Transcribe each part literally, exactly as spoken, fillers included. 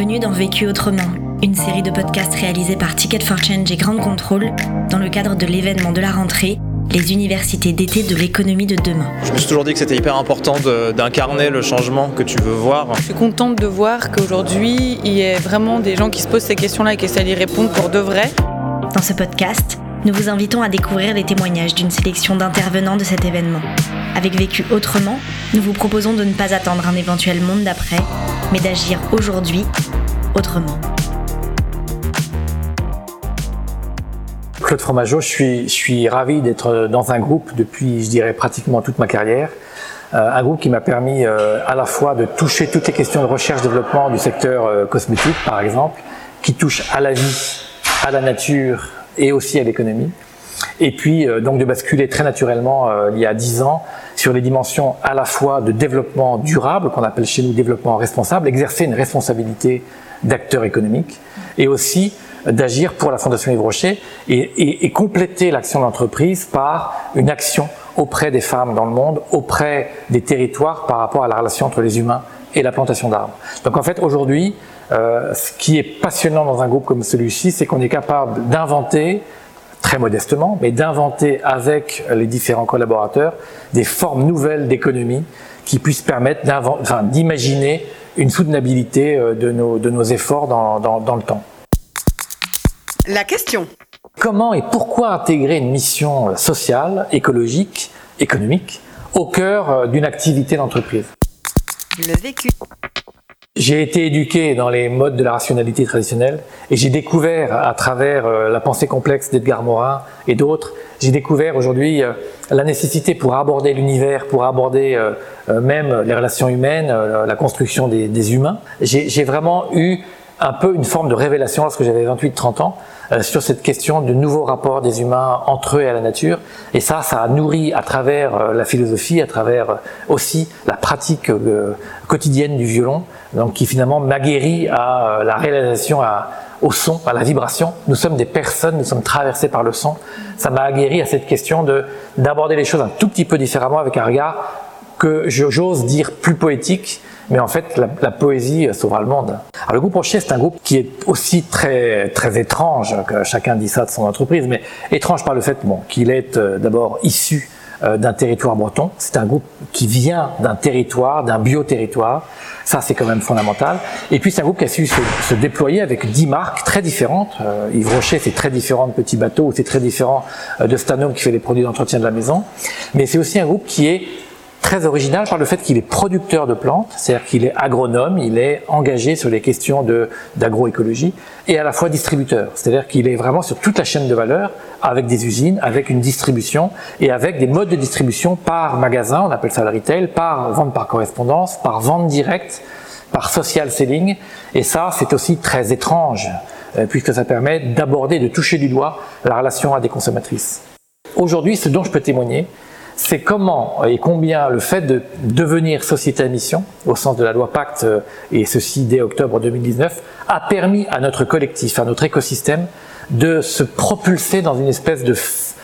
Bienvenue dans Vécu autrement, une série de podcasts réalisés par Ticket for Change et Grand Control dans le cadre de l'événement de la rentrée, les universités d'été de l'économie de demain. Je me suis toujours dit que c'était hyper important de, d'incarner le changement que tu veux voir. Je suis contente de voir qu'aujourd'hui, il y a vraiment des gens qui se posent ces questions-là et qui essaient d'y répondre pour de vrai. Dans ce podcast, nous vous invitons à découvrir les témoignages d'une sélection d'intervenants de cet événement. Avec Vécu autrement, nous vous proposons de ne pas attendre un éventuel monde d'après, mais d'agir aujourd'hui autrement. Claude Fromageau, je suis, je suis ravi d'être dans un groupe depuis, je dirais, pratiquement toute ma carrière. Euh, un groupe qui m'a permis euh, à la fois de toucher toutes les questions de recherche-développement du secteur euh, cosmétique, par exemple, qui touche à la vie, à la nature et aussi à l'économie. Et puis euh, donc de basculer très naturellement euh, il y a dix ans sur les dimensions à la fois de développement durable, qu'on appelle chez nous développement responsable, exercer une responsabilité d'acteur économique, et aussi d'agir pour la Fondation Yves Rocher et, et, et compléter l'action de l'entreprise par une action auprès des femmes dans le monde, auprès des territoires par rapport à la relation entre les humains et la plantation d'arbres. Donc en fait aujourd'hui, euh, ce qui est passionnant dans un groupe comme celui-ci, c'est qu'on est capable d'inventer, très modestement, mais d'inventer avec les différents collaborateurs des formes nouvelles d'économie qui puissent permettre enfin, d'imaginer une soutenabilité de nos, de nos efforts dans, dans, dans le temps. La question. Comment et pourquoi intégrer une mission sociale, écologique, économique au cœur d'une activité d'entreprise ? Le vécu. J'ai été éduqué dans les modes de la rationalité traditionnelle et j'ai découvert à travers la pensée complexe d'Edgar Morin et d'autres, j'ai découvert aujourd'hui la nécessité pour aborder l'univers, pour aborder même les relations humaines, la construction des, des humains. J'ai, j'ai vraiment eu un peu une forme de révélation lorsque j'avais vingt-huit trente ans euh, sur cette question de nouveaux rapports des humains entre eux et à la nature. Et ça, ça a nourri à travers euh, la philosophie, à travers euh, aussi la pratique euh, quotidienne du violon, donc qui finalement m'a guéri à euh, la réalisation à, au son, à la vibration. Nous sommes des personnes, nous sommes traversés par le son. Ça m'a guéri à cette question de d'aborder les choses un tout petit peu différemment avec un regard que j'ose dire plus poétique. Mais en fait, la, la poésie sauvera le monde. Alors, le groupe Rocher, c'est un groupe qui est aussi très très étrange, que chacun dit ça de son entreprise, mais étrange par le fait bon, qu'il est euh, d'abord issu euh, d'un territoire breton. C'est un groupe qui vient d'un territoire, d'un bioterritoire. Ça, c'est quand même fondamental. Et puis, c'est un groupe qui a su se, se déployer avec dix marques très différentes. Euh, Yves Rocher, c'est très différent de Petit Bateau, c'est très différent euh, de Stanome qui fait les produits d'entretien de la maison. Mais c'est aussi un groupe qui est très original par le fait qu'il est producteur de plantes, c'est-à-dire qu'il est agronome, il est engagé sur les questions de, d'agroécologie et à la fois distributeur, c'est-à-dire qu'il est vraiment sur toute la chaîne de valeur avec des usines, avec une distribution et avec des modes de distribution par magasin, on appelle ça le retail, par vente par correspondance, par vente directe, par social selling, et ça c'est aussi très étrange euh, puisque ça permet d'aborder, de toucher du doigt la relation à des consommatrices. Aujourd'hui, ce dont je peux témoigner, c'est comment et combien le fait de devenir société à mission, au sens de la loi Pacte, et ceci dès octobre deux mille dix-neuf, a permis à notre collectif, à notre écosystème, de se propulser dans une espèce de,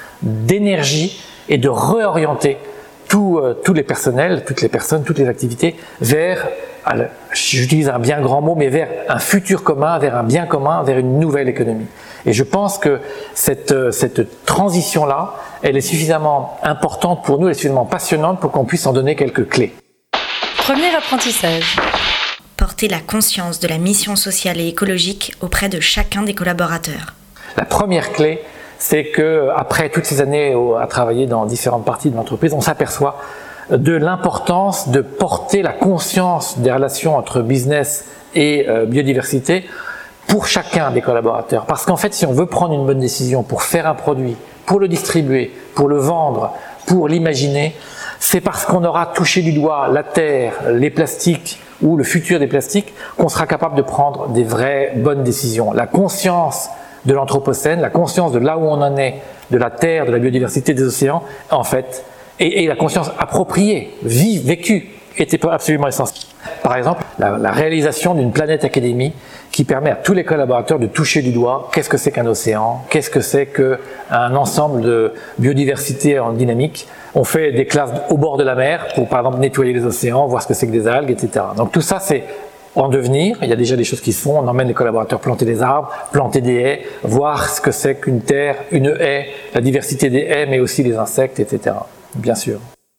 d'énergie et de réorienter tous euh, tous les personnels, toutes les personnes, toutes les activités vers, j'utilise un bien grand mot, mais vers un futur commun, vers un bien commun, vers une nouvelle économie. Et je pense que cette, cette transition-là, elle est suffisamment importante pour nous, elle est suffisamment passionnante pour qu'on puisse en donner quelques clés. Premier apprentissage. Porter la conscience de la mission sociale et écologique auprès de chacun des collaborateurs. La première clé, c'est que après toutes ces années à travailler dans différentes parties de l'entreprise, on s'aperçoit de l'importance de porter la conscience des relations entre business et euh, biodiversité pour chacun des collaborateurs. Parce qu'en fait, si on veut prendre une bonne décision pour faire un produit, pour le distribuer, pour le vendre, pour l'imaginer, c'est parce qu'on aura touché du doigt la terre, les plastiques ou le futur des plastiques qu'on sera capable de prendre des vraies bonnes décisions. La conscience de l'anthropocène, la conscience de là où on en est, de la terre, de la biodiversité, des océans, en fait, et, et la conscience appropriée, vive, vécue, était absolument essentielle. Par exemple, la, la réalisation d'une planète académie qui permet à tous les collaborateurs de toucher du doigt qu'est-ce que c'est qu'un océan, qu'est-ce que c'est qu'un ensemble de biodiversité en dynamique. On fait des classes au bord de la mer pour, par exemple, nettoyer les océans, voir ce que c'est que des algues, et cetera. Donc tout ça, c'est en devenir. Il y a déjà des choses qui se font. On emmène les collaborateurs planter des arbres, planter des haies, voir ce que c'est qu'une terre, une haie, la diversité des haies, mais aussi les insectes, et cetera. Bien sûr.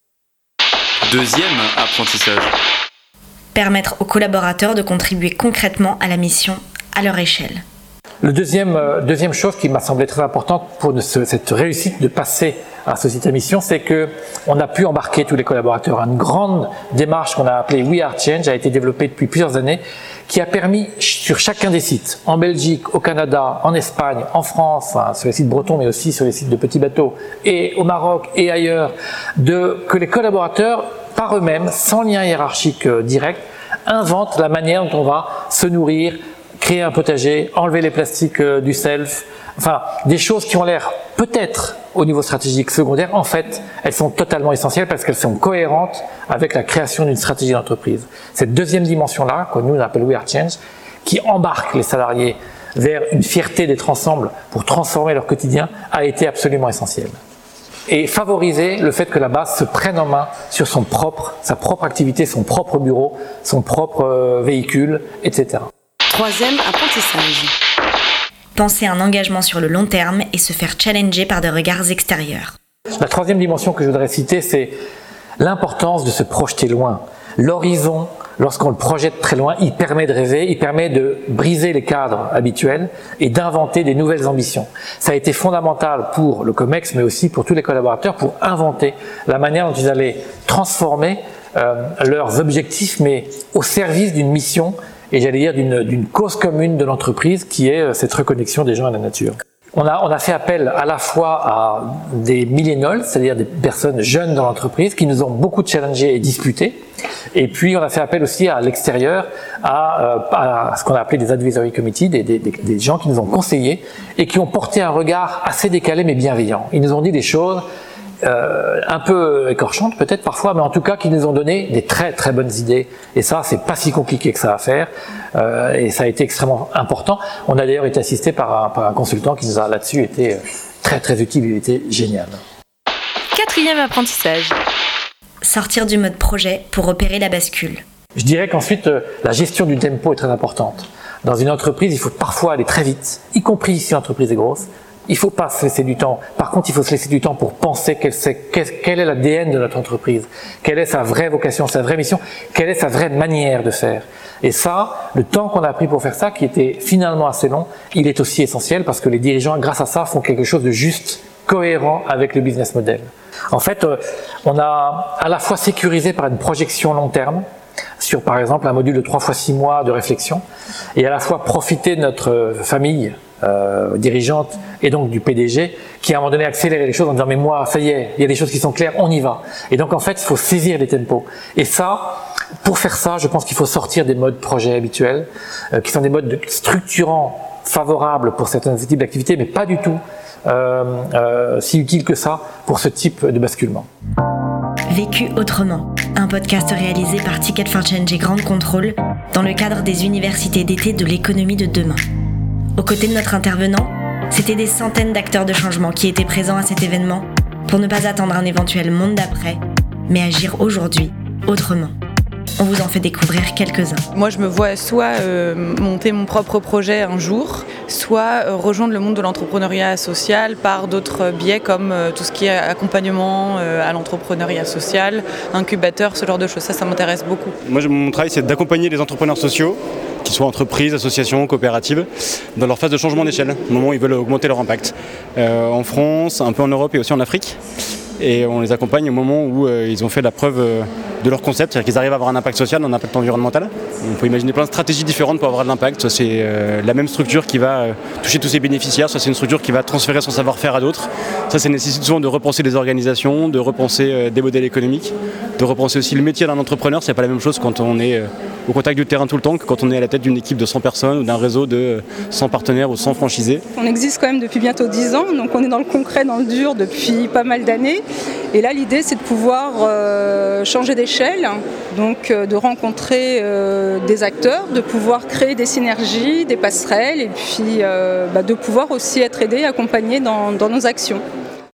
Deuxième apprentissage. Permettre aux collaborateurs de contribuer concrètement à la mission à leur échelle. Le deuxième, euh, deuxième chose qui m'a semblé très importante pour ne, ce, cette réussite de passer à Société à Mission, c'est que on a pu embarquer tous les collaborateurs. Une grande démarche qu'on a appelée We Are Change a été développée depuis plusieurs années, qui a permis sur chacun des sites, en Belgique, au Canada, en Espagne, en France, enfin, sur les sites bretons, mais aussi sur les sites de petits bateaux, et au Maroc et ailleurs, de, que les collaborateurs, par eux-mêmes, sans lien hiérarchique euh, direct, inventent la manière dont on va se nourrir, créer un potager, enlever les plastiques euh, du self, enfin des choses qui ont l'air peut-être au niveau stratégique secondaire, en fait elles sont totalement essentielles parce qu'elles sont cohérentes avec la création d'une stratégie d'entreprise. Cette deuxième dimension-là, que nous on appelle We Are Change, qui embarque les salariés vers une fierté d'être ensemble pour transformer leur quotidien, a été absolument essentielle. Et favoriser le fait que la base se prenne en main sur son propre, sa propre activité, son propre bureau, son propre euh, véhicule, et cetera. Troisième apprentissage. Penser à un engagement sur le long terme et se faire challenger par des regards extérieurs. La troisième dimension que je voudrais citer, c'est l'importance de se projeter loin. L'horizon, lorsqu'on le projette très loin, il permet de rêver, il permet de briser les cadres habituels et d'inventer des nouvelles ambitions. Ça a été fondamental pour le COMEX, mais aussi pour tous les collaborateurs, pour inventer la manière dont ils allaient transformer euh, leurs objectifs, mais au service d'une mission et j'allais dire d'une, d'une cause commune de l'entreprise qui est cette reconnexion des gens à la nature. On a, on a fait appel à la fois à des millénols, c'est-à-dire des personnes jeunes dans l'entreprise qui nous ont beaucoup challengés et disputés. Et puis on a fait appel aussi à l'extérieur, à, à ce qu'on a appelé des advisory committees, des, des, des gens qui nous ont conseillés et qui ont porté un regard assez décalé mais bienveillant. Ils nous ont dit des choses Euh, un peu écorchantes peut-être parfois, mais en tout cas qui nous ont donné des très très bonnes idées. Et ça, c'est pas si compliqué que ça à faire, euh, et ça a été extrêmement important. On a d'ailleurs été assisté par un, par un consultant qui nous a là-dessus été très très utile, il était génial. Quatrième apprentissage. Sortir du mode projet pour opérer la bascule. Je dirais qu'ensuite, euh, la gestion du tempo est très importante. Dans une entreprise, il faut parfois aller très vite, y compris si l'entreprise est grosse. Il ne faut pas se laisser du temps. Par contre, il faut se laisser du temps pour penser quel, c'est, quel est l'A D N de notre entreprise, quelle est sa vraie vocation, sa vraie mission, quelle est sa vraie manière de faire. Et ça, le temps qu'on a pris pour faire ça, qui était finalement assez long, il est aussi essentiel parce que les dirigeants, grâce à ça, font quelque chose de juste, cohérent avec le business model. En fait, on a à la fois sécurisé par une projection long terme, sur par exemple un module de trois fois six mois de réflexion, et à la fois profiter de notre famille euh, dirigeante et donc du P D G qui à un moment donné accélérait les choses en disant mais moi ça y est, il y a des choses qui sont claires, on y va. Et donc en fait il faut saisir les tempos. Et ça, pour faire ça, je pense qu'il faut sortir des modes projet habituels, euh, qui sont des modes structurants favorables pour certains types d'activités, mais pas du tout euh, euh, si utiles que ça pour ce type de basculement. Vécu autrement, un podcast réalisé par Ticket for Change et Grand Contrôle dans le cadre des universités d'été de l'économie de demain. Aux côtés de notre intervenant, c'était des centaines d'acteurs de changement qui étaient présents à cet événement pour ne pas attendre un éventuel monde d'après, mais agir aujourd'hui autrement. On vous en fait découvrir quelques-uns. Moi, je me vois soit euh, monter mon propre projet un jour, soit euh, rejoindre le monde de l'entrepreneuriat social par d'autres biais comme euh, tout ce qui est accompagnement euh, à l'entrepreneuriat social, incubateur, ce genre de choses. Ça, ça m'intéresse beaucoup. Moi, mon travail, c'est d'accompagner les entrepreneurs sociaux, qu'ils soient entreprises, associations, coopératives, dans leur phase de changement d'échelle, au moment où ils veulent augmenter leur impact. Euh, en France, un peu en Europe et aussi en Afrique. Et on les accompagne au moment où euh, ils ont fait la preuve euh, de leur concept, c'est-à-dire qu'ils arrivent à avoir un impact social, un impact environnemental. On peut imaginer plein de stratégies différentes pour avoir de l'impact. Soit c'est euh, la même structure qui va euh, toucher tous ses bénéficiaires, soit c'est une structure qui va transférer son savoir-faire à d'autres. Ça, ça nécessite souvent de repenser les organisations, de repenser euh, des modèles économiques, de repenser aussi le métier d'un entrepreneur. C'est pas la même chose quand on est euh, au contact du terrain tout le temps que quand on est à la tête d'une équipe de cent personnes ou d'un réseau de cent partenaires ou cent franchisés. On existe quand même depuis bientôt dix ans, donc on est dans le concret, dans le dur depuis pas mal d'années. Et là, l'idée, c'est de pouvoir euh, changer d'échelle, donc euh, de rencontrer euh, des acteurs, de pouvoir créer des synergies, des passerelles, et puis euh, bah, de pouvoir aussi être aidé, accompagné dans, dans nos actions.